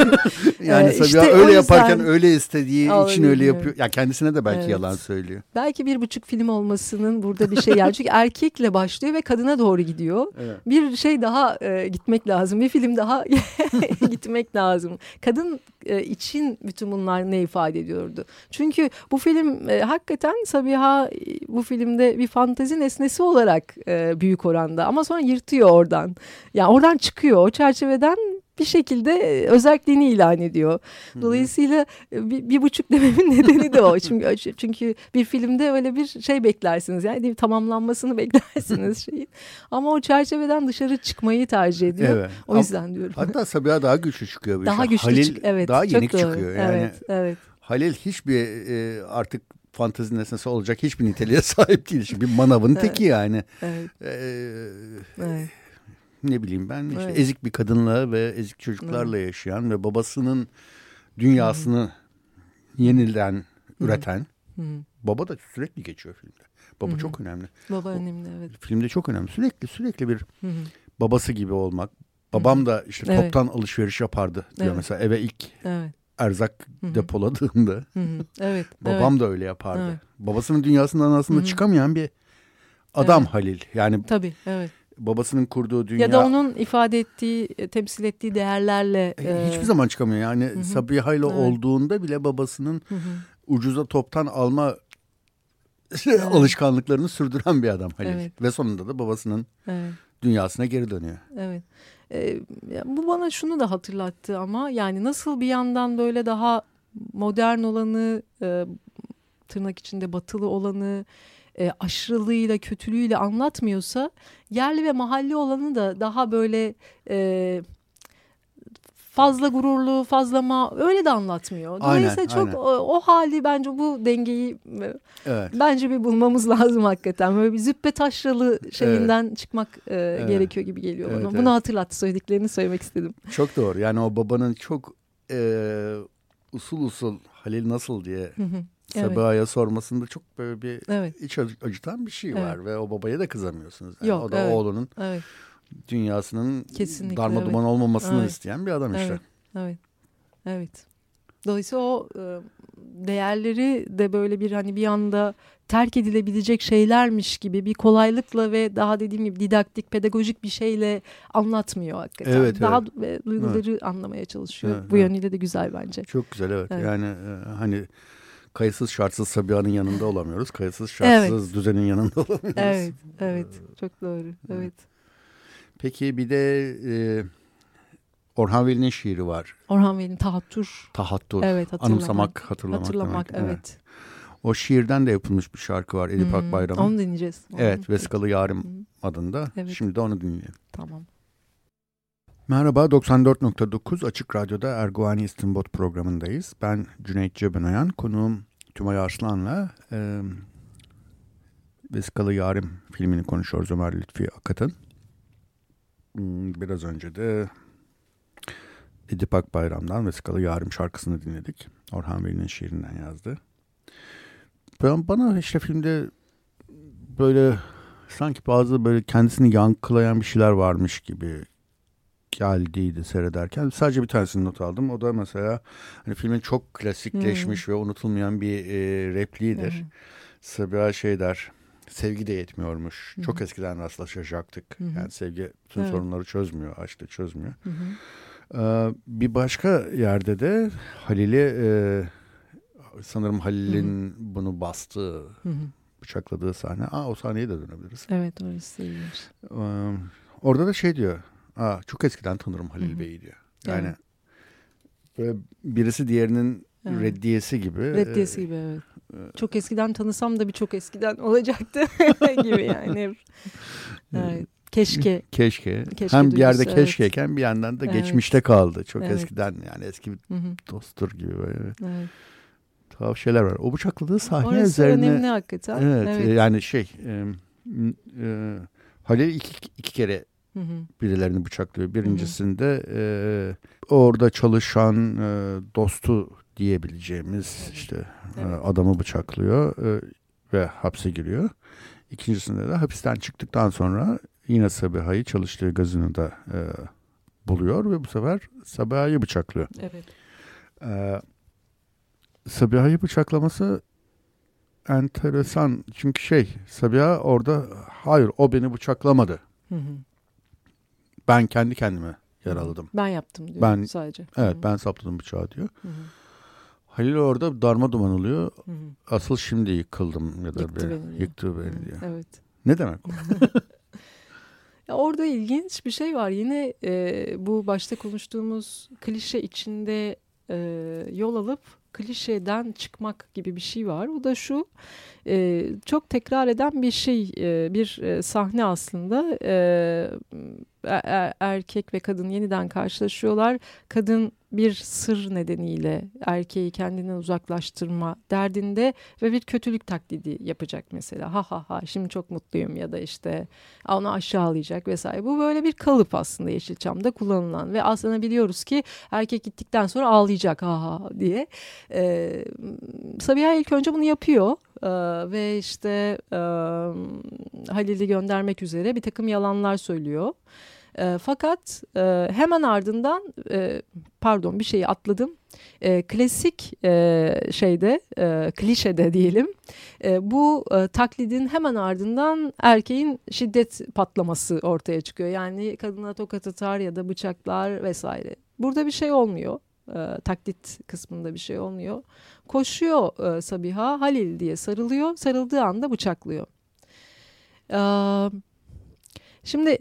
yani
ee, Sabiha işte öyle yüzden... yaparken öyle istediği Aa, için öyle yapıyor. Ya yani kendisine de belki evet. yalan söylüyor.
Belki bir buçuk film olmasının burada bir şey yani. Çünkü erkekle başlıyor ve kadına doğru gidiyor. Evet. Bir şey daha e, gitmek lazım. Bir film daha gitmek lazım. Kadın e, için bütün bunlar ne ifade ediyordu? Çünkü bu film e, hakikaten Sabiha bu filmde bir fantezi nesnesi olarak e, büyük oranda, ama sonra yırtıyor oradan. Yani oradan çıkıyor, o çerçeveden bir şekilde özelliğini ilan ediyor. Dolayısıyla bir, bir buçuk dememin nedeni de o. Çünkü, çünkü bir filmde öyle bir şey beklersiniz. Yani tamamlanmasını beklersiniz şeyin. Ama o çerçeveden dışarı çıkmayı tercih ediyor. Evet. O yüzden diyorum.
Hatta Sabiha daha güçlü çıkıyor.
Daha
şey.
güçlü
Halil
çık- evet,
daha yenik
doğru.
çıkıyor. Yani
evet, evet.
Halil hiçbir e, artık fantezi nesnesi olacak hiçbir niteliğe sahip değil. Şimdi bir manavın evet. teki yani. Evet. Ee, evet. Ne bileyim ben işte evet. ezik bir kadınla ve ezik çocuklarla evet. yaşayan ve babasının dünyasını Hı-hı. yeniden Hı-hı. üreten Hı-hı. baba da sürekli geçiyor filmde. Baba Hı-hı. çok önemli.
Baba o, önemli evet.
Filmde çok önemli. Sürekli sürekli bir Hı-hı. babası gibi olmak. Babam Hı-hı. da işte evet. toptan alışveriş yapardı diyor evet. mesela eve ilk evet. erzak Hı-hı. depoladığında. Hı-hı. Evet. Babam evet. da öyle yapardı. Evet. Babasının dünyasından aslında Hı-hı. çıkamayan bir adam evet. Halil. Yani
tabii evet.
Babasının kurduğu dünya...
Ya da onun ifade ettiği, temsil ettiği değerlerle...
E, hiçbir e... zaman çıkamıyor. Yani Hı-hı. Sabiha ile evet. olduğunda bile babasının Hı-hı. ucuza toptan alma evet. alışkanlıklarını sürdüren bir adam Halil. Evet. Ve sonunda da babasının evet. dünyasına geri dönüyor.
Evet. Ee, bu bana şunu da hatırlattı ama yani nasıl bir yandan böyle daha modern olanı, e, tırnak içinde batılı olanı... E, aşırılığıyla, kötülüğüyle anlatmıyorsa, yerli ve mahalli olanı da daha böyle e, fazla gururlu, fazla ma öyle de anlatmıyor. Dolayısıyla aynen, çok aynen. O, o hali, bence bu dengeyi evet. bence bir bulmamız lazım hakikaten. Böyle bir züppe taşralı şeyinden evet. çıkmak e, evet. gerekiyor gibi geliyor evet, bana. Evet. Bunu hatırlattı, söylediklerini söylemek istedim.
Çok doğru. Yani o babanın çok e, usul usul Halil nasıl diye... Hı hı. Sabiha'ya evet. sormasında çok böyle bir evet. iç acıtan bir şey var evet. ve o babaya da kızamıyorsunuz. Yani Yok, o da evet. oğlunun evet. dünyasının Kesinlikle, darma duman evet. olmamasını evet. isteyen bir adam işte.
Evet, evet, evet. Dolayısıyla o değerleri de böyle bir hani bir anda terk edilebilecek şeylermiş gibi bir kolaylıkla ve daha dediğim gibi didaktik, pedagojik bir şeyle anlatmıyor hakikaten. Evet, daha evet. duyguları evet. anlamaya çalışıyor. Evet, Bu evet. yönüyle de güzel bence.
Çok güzel evet. evet. Yani e, hani kayıtsız şartsız Sabiha'nın yanında olamıyoruz. Kayıtsız şartsız evet. düzenin yanında olamıyoruz.
Evet, evet. Çok doğru. Evet.
Peki bir de e, Orhan Veli'nin şiiri var.
Orhan Veli'nin Tahattur.
Tahattur.
Evet, hatırlamak.
Anımsamak, hatırlamak.
Hatırlamak,
demek.
evet.
evet. O şiirden de yapılmış bir şarkı var Edip hmm, Akbayram'ın.
Onu dinleyeceğiz. Onu
evet, Peki. Vesikalı Yarim hmm. adında. Evet. Şimdi de onu dinleyelim.
Tamam.
Merhaba, doksan dört nokta dokuz Açık Radyo'da Erguvani İstinbot programındayız. Ben Cüneyt Cebenoyan, konuğum Tümay Arslan'la e, Vesikalı Yarim filmini konuşuyoruz, Ömer Lütfi Akat'ın. Biraz önce de Edip Akbayram'dan Vesikalı Yarim şarkısını dinledik. Orhan Veli'nin şiirinden yazdı. Ben, bana işte filmde böyle sanki bazı böyle kendisini yankılayan bir şeyler varmış gibi geldiydi seyrederken. Sadece bir tanesini not aldım. O da mesela hani filmin çok klasikleşmiş hmm. ve unutulmayan bir e, repliğidir. Hmm. Sabiha şey der, sevgi de yetmiyormuş. Hmm. Çok eskiden rastlaşacaktık. Hmm. Yani sevgi bütün evet. sorunları çözmüyor, aşk da çözmüyor. Hmm. Ee, bir başka yerde de Halil'i e, sanırım Halil'in hmm. bunu bastığı, hmm. bıçakladığı sahne. Aa, o sahneye de dönebiliriz.
Evet, orası iyiymiş.
Ee, orada da şey diyor, Aa, çok eskiden tanırım Halil Hı-hı. Bey'i diyor. Yani evet. böyle birisi diğerinin
Evet.
reddiyesi gibi.
Reddiyesi gibi, evet. Çok eskiden tanısam da bir çok eskiden olacaktı gibi yani. Evet. Keşke.
Keşke.
Keşke
Hem bir yerde
duygusu,
keşkeyken evet. bir yandan da
evet.
geçmişte kaldı. Çok
evet.
eskiden yani eski bir
Hı-hı.
dosttur gibi böyle.
Evet.
Tuhaf şeyler var. O bıçakladığı sahne
Orası
üzerine.
önemli hakikaten.
Evet,
evet.
yani şey e, e, Halil iki, iki kere Hı-hı. birilerini bıçaklıyor. Birincisinde e, orada çalışan e, dostu diyebileceğimiz evet. işte evet. E, adamı bıçaklıyor e, ve hapse giriyor. İkincisinde de hapisten çıktıktan sonra yine Sabiha'yı çalıştığı gazinoda e, buluyor ve bu sefer Sabiha'yı bıçaklıyor.
Evet.
E, Sabiha'yı bıçaklaması enteresan çünkü şey Sabiha orada hayır o beni bıçaklamadı. Hı hı. Ben kendi kendime yaraladım.
Ben yaptım diyor
ben,
sadece.
Evet
Hı-hı.
ben sapladım bıçağı diyor. Hı-hı. Halil orada darma duman oluyor. Hı-hı. Asıl şimdi yıkıldım ya da
yıktı
be,
beni,
yıktı beni
Hı-hı.
diyor.
Evet.
Ne demek o?
Ya orada ilginç bir şey var. Yine e, bu başta konuştuğumuz klişe içinde e, yol alıp klişeden çıkmak gibi bir şey var. O da şu, e, çok tekrar eden bir şey, e, bir e, sahne aslında. E, er, erkek ve kadın yeniden karşılaşıyorlar. Kadın bir sır nedeniyle erkeği kendinden uzaklaştırma derdinde ve bir kötülük taklidi yapacak mesela. Ha ha ha şimdi çok mutluyum ya da işte onu aşağılayacak vesaire. Bu böyle bir kalıp aslında Yeşilçam'da kullanılan ve aslında biliyoruz ki erkek gittikten sonra ağlayacak ha ha diye. Ee, Sabiha ilk önce bunu yapıyor ee, ve işte e, Halil'i göndermek üzere bir takım yalanlar söylüyor. E, fakat e, hemen ardından e, pardon bir şeyi atladım. E, klasik e, şeyde e, klişede diyelim e, bu e, taklidin hemen ardından erkeğin şiddet patlaması ortaya çıkıyor. Yani kadına tokat atar ya da bıçaklar vesaire. Burada bir şey olmuyor. E, taklit kısmında bir şey olmuyor. Koşuyor e, Sabiha Halil diye sarılıyor. Sarıldığı anda bıçaklıyor. E, şimdi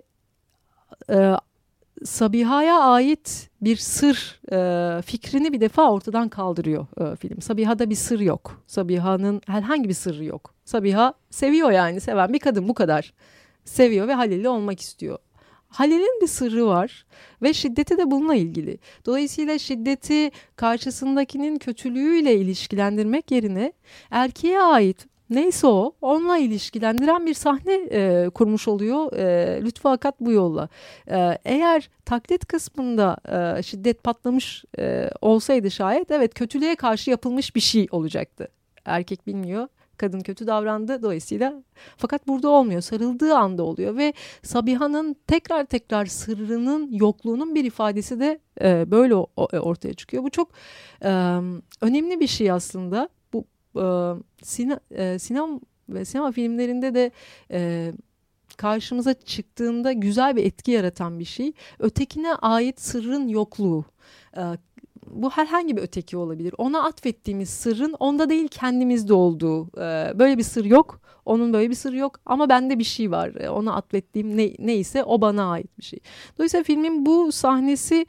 e, Sabiha'ya ait bir sır e, fikrini bir defa ortadan kaldırıyor e, film. Sabiha'da bir sır yok. Sabiha'nın herhangi bir sırrı yok. Sabiha seviyor yani seven bir kadın bu kadar. Seviyor ve Halil'le olmak istiyor. Halil'in bir sırrı var ve şiddeti de bununla ilgili. Dolayısıyla şiddeti karşısındakinin kötülüğüyle ilişkilendirmek yerine erkeğe ait neyse o onunla ilişkilendiren bir sahne e, kurmuş oluyor e, Lütfü Akat bu yolla. E, eğer taklit kısmında e, şiddet patlamış e, olsaydı şayet evet kötülüğe karşı yapılmış bir şey olacaktı. Erkek bilmiyor. Kadın kötü davrandı dolayısıyla fakat burada olmuyor. Sarıldığı anda oluyor ve Sabiha'nın tekrar tekrar sırrının yokluğunun bir ifadesi de e, böyle o, o, ortaya çıkıyor. Bu çok e, önemli bir şey aslında. Bu e, sine, e, sinema ve sinema filmlerinde de e, karşımıza çıktığında güzel bir etki yaratan bir şey. Ötekine ait sırrın yokluğu. E, Bu herhangi bir öteki olabilir. Ona atfettiğimiz sırrın onda değil kendimizde olduğu. Ee, böyle bir sır yok. Onun böyle bir sırrı yok. Ama bende bir şey var. Ee, ona atfettiğim ne, neyse o bana ait bir şey. Dolayısıyla filmin bu sahnesi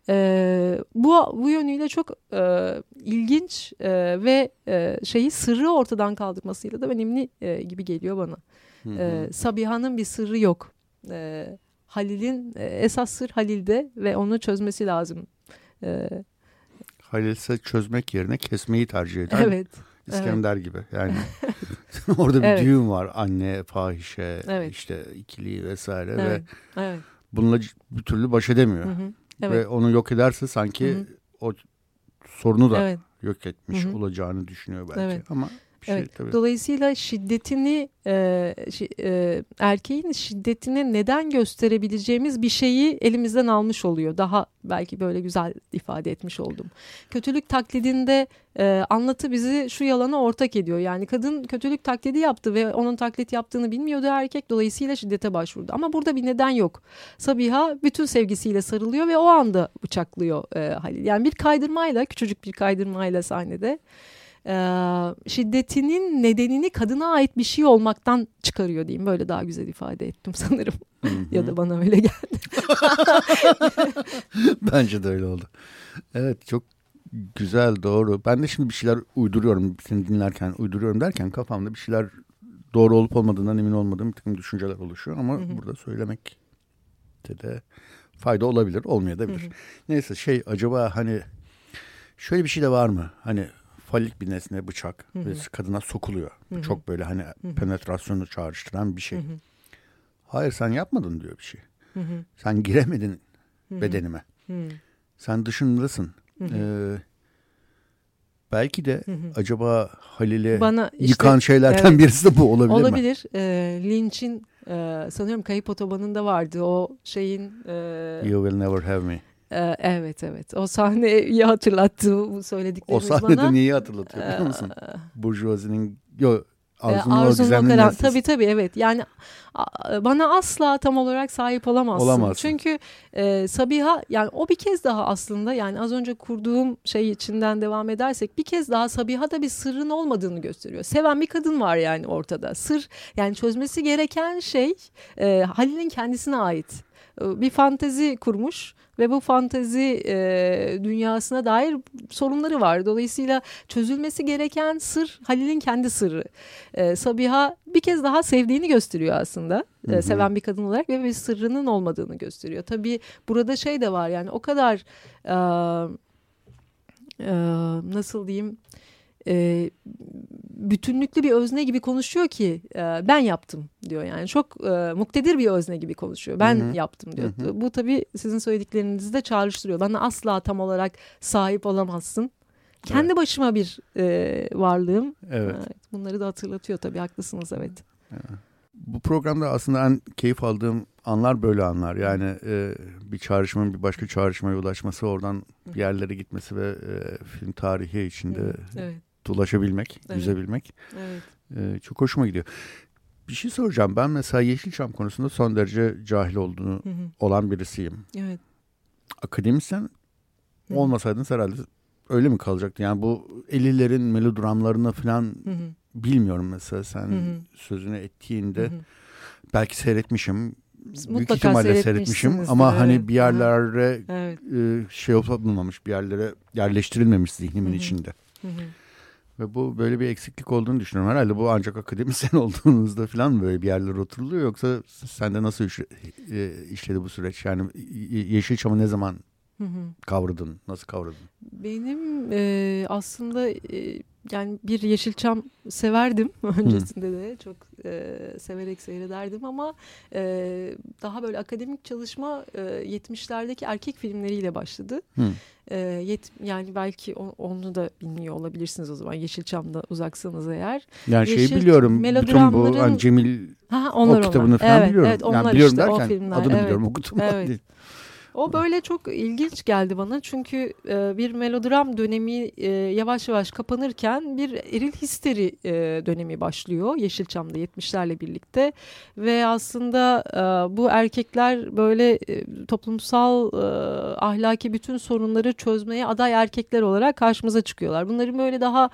e, bu bu yönüyle çok e, ilginç e, ve e, şeyi sırrı ortadan kaldırmasıyla da önemli e, gibi geliyor bana. Hı hı. E, Sabiha'nın bir sırrı yok. E, Halil'in e, esas sır Halil'de ve onu çözmesi lazım. Evet.
Halil ise çözmek yerine kesmeyi tercih eder.
Evet.
İskender
evet.
gibi. Yani orada bir
evet.
düğün var. Anne, fahişe,
evet.
işte ikili vesaire
evet.
ve
evet.
bununla bir türlü baş edemiyor. Hı hı. Evet. Ve onu yok ederse sanki hı hı. o sorunu da evet. yok etmiş hı hı. olacağını düşünüyor belki. Evet. Ama bir
evet.
şey tabii.
Dolayısıyla şiddetini e, şi, e, erkeğin şiddetini neden gösterebileceğimiz bir şeyi elimizden almış oluyor. Daha belki böyle güzel ifade etmiş oldum. Kötülük taklidinde e, anlatı bizi şu yalana ortak ediyor. Yani kadın kötülük taklidi yaptı ve onun taklit yaptığını bilmiyordu erkek. Dolayısıyla şiddete başvurdu. Ama burada bir neden yok. Sabiha bütün sevgisiyle sarılıyor ve o anda bıçaklıyor e, Halil. Yani bir kaydırmayla, küçücük bir kaydırmayla sahnede Ee, şiddetinin nedenini kadına ait bir şey olmaktan çıkarıyor diyeyim. Böyle daha güzel ifade ettim sanırım. Hı hı. Ya da bana öyle geldi.
Bence de öyle oldu. Evet çok Güzel, doğru. Ben de şimdi bir şeyler uyduruyorum. Seni dinlerken uyduruyorum derken kafamda bir şeyler doğru olup olmadığından emin olmadığım bir takım düşünceler oluşuyor. Ama hı hı. burada söylemekte de fayda olabilir, olmayabilir. Hı hı. Neyse şey acaba hani şöyle bir şey de var mı? Hani falik bir nesne, bıçak hı hı. ve kadına sokuluyor. Hı hı. Çok böyle hani hı hı. penetrasyonu çağrıştıran bir şey. Hı hı. Hayır, sen yapmadın diyor bir şey. Hı hı. Sen giremedin hı hı. bedenime. Hı hı. Sen dışındasın. Hı hı. Ee, belki de hı hı. acaba Halil'i işte, yıkan şeylerden evet, birisi de bu olabilir,
olabilir.
mi?
Olabilir. Ee, Lynch'in e, sanıyorum Kayıp Otobanı'nda vardı o şeyin. E,
You will never have me.
E, evet evet. O sahneyi hatırlattı bu söylediklerimiz bana.
O sahnede bana. Neyi hatırlatıyor biliyor musun? E, Burjuvazi'nin... Yo,
Arzu'nun, Arzu'nun o gizemli nesnesi. Tabii tabii evet. Yani bana asla tam olarak sahip olamazsın. Olamazsın. Çünkü e, Sabiha yani o bir kez daha aslında yani az önce kurduğum şey içinden devam edersek bir kez daha Sabiha'da bir sırrın olmadığını gösteriyor. Seven bir kadın var yani ortada. Sır yani çözmesi gereken şey e, Halil'in kendisine ait. Bir fantezi kurmuş ve bu fantezi e, dünyasına dair sorunları var. Dolayısıyla çözülmesi gereken sır Halil'in kendi sırrı. E, Sabiha bir kez daha sevdiğini gösteriyor aslında. Hı hı. E, seven bir kadın olarak ve bir sırrının olmadığını gösteriyor. Tabii burada şey de var yani o kadar e, e, nasıl diyeyim... E, bütünlüklü bir özne gibi konuşuyor ki e, ben yaptım diyor yani çok e, muktedir bir özne gibi konuşuyor ben hı hı. yaptım diyor. Hı hı. Bu tabii sizin söylediklerinizi de çağrıştırıyor. Bana asla tam olarak sahip olamazsın. Kendi evet. başıma bir e, varlığım. Evet. Evet, bunları da hatırlatıyor tabii haklısınız evet.
evet. Bu programda aslında en keyif aldığım anlar böyle anlar. Yani e, bir çağrışmanın bir başka çağrışmaya ulaşması, oradan bir yerlere gitmesi ve e, film tarihi içinde hı. evet. dolaşabilmek, evet. yüzebilmek evet. Ee, çok hoşuma gidiyor. Bir şey soracağım. Ben mesela Yeşilçam konusunda son derece cahil olduğunu hı hı. olan birisiyim. Evet. Akademisyen hı hı. olmasaydınız herhalde öyle mi kalacaktı? Yani bu ellilerin melodramlarını falan hı hı. bilmiyorum mesela sen hı hı. sözünü ettiğinde hı hı. belki seyretmişim. Mutlaka büyük ihtimalle seyretmişim ama evet. hani bir yerlere evet. e, şey yapılmamış, bir yerlere yerleştirilmemiş zihnimin hı hı. içinde. Hı hı. Ve bu böyle bir eksiklik olduğunu düşünüyorum. Herhalde bu ancak akademisyen olduğunuzda falan böyle bir yerlere oturuluyor. Yoksa sende nasıl işledi bu süreç? Yani Yeşilçam'ı ne zaman hı hı. kavradın? Nasıl kavradın?
Benim e, aslında e, yani bir Yeşilçam severdim öncesinde de çok e, severek seyrederdim ama e, daha böyle akademik çalışma e, yetmişlerdeki erkek filmleriyle başladı. Hı. E, yet, yani belki on, onu da bilmiyor olabilirsiniz o zaman Yeşilçam'da uzaksanız eğer.
Yani şeyi Yeşil, biliyorum bütün bu hani Cemil ha, onlar, o kitabını onlar. falan evet, biliyorum. Evet, onlar yani biliyorum işte, derken filmler, adını evet, biliyorum okudum. Evet. Değil. O böyle çok ilginç geldi bana çünkü e, bir melodram dönemi e, yavaş yavaş kapanırken bir eril histeri e, dönemi başlıyor Yeşilçam'da yetmişlerle birlikte ve aslında e, bu erkekler böyle e, toplumsal e, ahlaki bütün sorunları çözmeye aday erkekler olarak karşımıza çıkıyorlar. Bunların böyle daha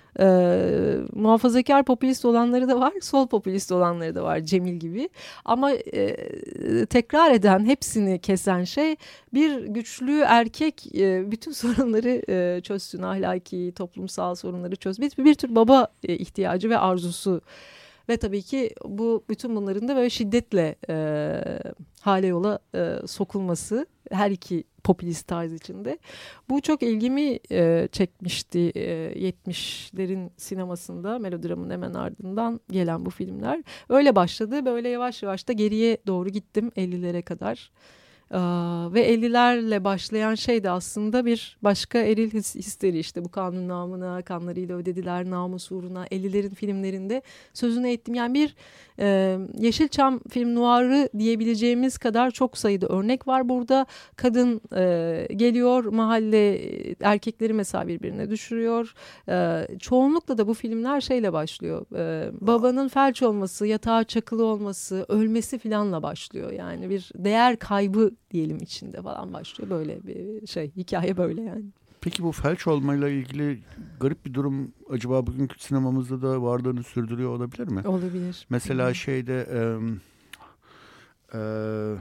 Ee, muhafazakar popülist olanları da var, sol popülist olanları da var Cemil gibi. Ama e, tekrar eden, hepsini kesen şey bir güçlü erkek e, bütün sorunları e, çözsün, ahlaki, toplumsal sorunları çözsün. Bir, bir tür baba e, ihtiyacı ve arzusu. Ve tabii ki bu bütün bunların da böyle şiddetle e, hale yola e, sokulması her iki popülist tarz içinde. Bu çok ilgimi e, çekmişti e, yetmişlerin sinemasında melodramın hemen ardından gelen bu filmler. Öyle başladı, böyle yavaş yavaş da geriye doğru gittim ellilere kadar. Ee, ve ellilerle başlayan şey de aslında bir başka eril his, histeri işte bu kanun namına, kanlarıyla ödediler namus uğruna ellilerin filmlerinde sözünü ettim. Yani bir e, Yeşilçam film noirı diyebileceğimiz kadar çok sayıda örnek var burada. Kadın e, geliyor mahalle erkekleri mesela birbirine düşürüyor. E, çoğunlukla da bu filmler şeyle başlıyor. E, babanın felç olması, yatağa çakılı olması, ölmesi filanla başlıyor. Yani bir değer kaybı diyelim içinde falan başlıyor. Böyle bir şey, hikaye böyle yani. Peki bu felç olmayla ilgili garip bir durum acaba bugünkü sinemamızda da varlığını sürdürüyor olabilir mi?
Olabilir.
Mesela
hmm.
şeyde e, e,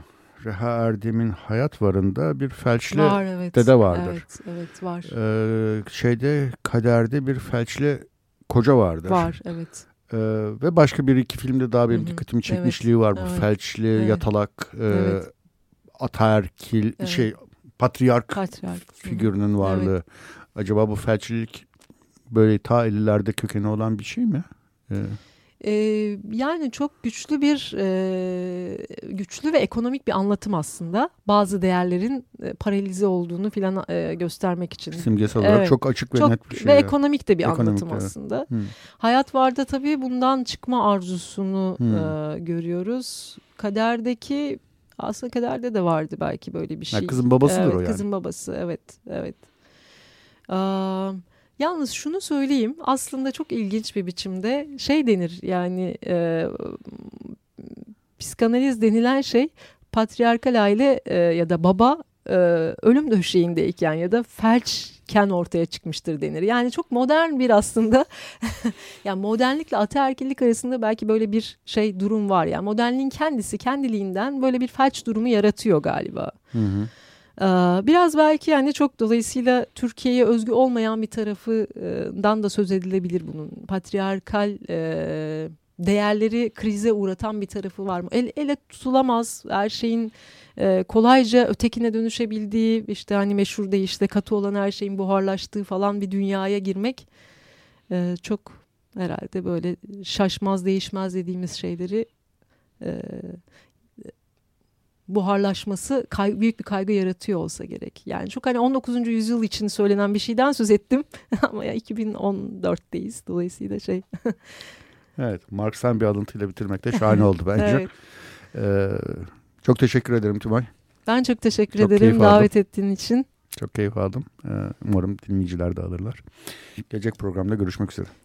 Reha Erdem'in Hayat Varı'nda bir felçli
var, evet.
dede vardır.
Evet, evet var.
Ee, şeyde Kader'de bir felçli koca vardır.
Var, evet.
Ee, ve başka bir iki filmde daha benim
Hı hı.
dikkatimi çekmişliği
Evet,
var. Bu
evet.
felçli,
Evet.
yatalak, e,
Evet.
ataerkil,
Evet.
şey patriark
Patriark.
figürünün varlığı.
Evet.
Acaba bu felçlilik böyle ta ellilerde kökeni olan bir şey mi? Ee,
Ee, yani çok güçlü bir e, güçlü ve ekonomik bir anlatım aslında. Bazı değerlerin e, paralize olduğunu filan e, göstermek için.
simgesel olarak
Evet.
çok açık ve
Çok
net bir şey.
ve
ya.
ekonomik de bir
Ekonomik,
anlatım
evet.
aslında.
Hı.
Hayat Var'da tabii bundan çıkma arzusunu
Hmm.
e, görüyoruz. Kader'deki aslında Kader'de de vardı belki böyle bir şey.
Ya kızın babasıdır
evet,
o yani.
Kızın babası, evet, evet. Aa, yalnız şunu söyleyeyim, aslında çok ilginç bir biçimde şey denir yani e, psikanaliz denilen şey patriarkal aile e, ya da baba e, ölüm döşeğindeyken ya da felçken ortaya çıkmıştır denir. Yani çok modern bir aslında yani modernlikle ataerkillik arasında belki böyle bir şey durum var. Yani modernliğin kendisi kendiliğinden böyle bir felç durumu yaratıyor galiba.
Hı hı.
Biraz belki yani çok dolayısıyla Türkiye'ye özgü olmayan bir tarafından da söz edilebilir bunun. Patriarkal e, değerleri krize uğratan bir tarafı var mı? El, ele tutulamaz, her şeyin e, kolayca ötekine dönüşebildiği, işte hani meşhur deyişle katı olan her şeyin buharlaştığı falan bir dünyaya girmek e, çok herhalde böyle şaşmaz değişmez dediğimiz şeyleri e, buharlaşması kay- büyük bir kaygı yaratıyor olsa gerek. Yani çok hani on dokuzuncu yüzyıl için söylenen bir şeyden söz ettim ama ya iki bin on dörtteyiz dolayısıyla şey.
Evet, Marx'tan bir alıntıyla bitirmek de şahane oldu bence.
Evet.
Ee, çok teşekkür ederim Tümay.
Ben çok teşekkür
Çok
ederim
keyif
davet
aldım.
ettiğin için.
Çok keyif aldım. Ee, umarım dinleyiciler de alırlar. Gelecek programda görüşmek üzere.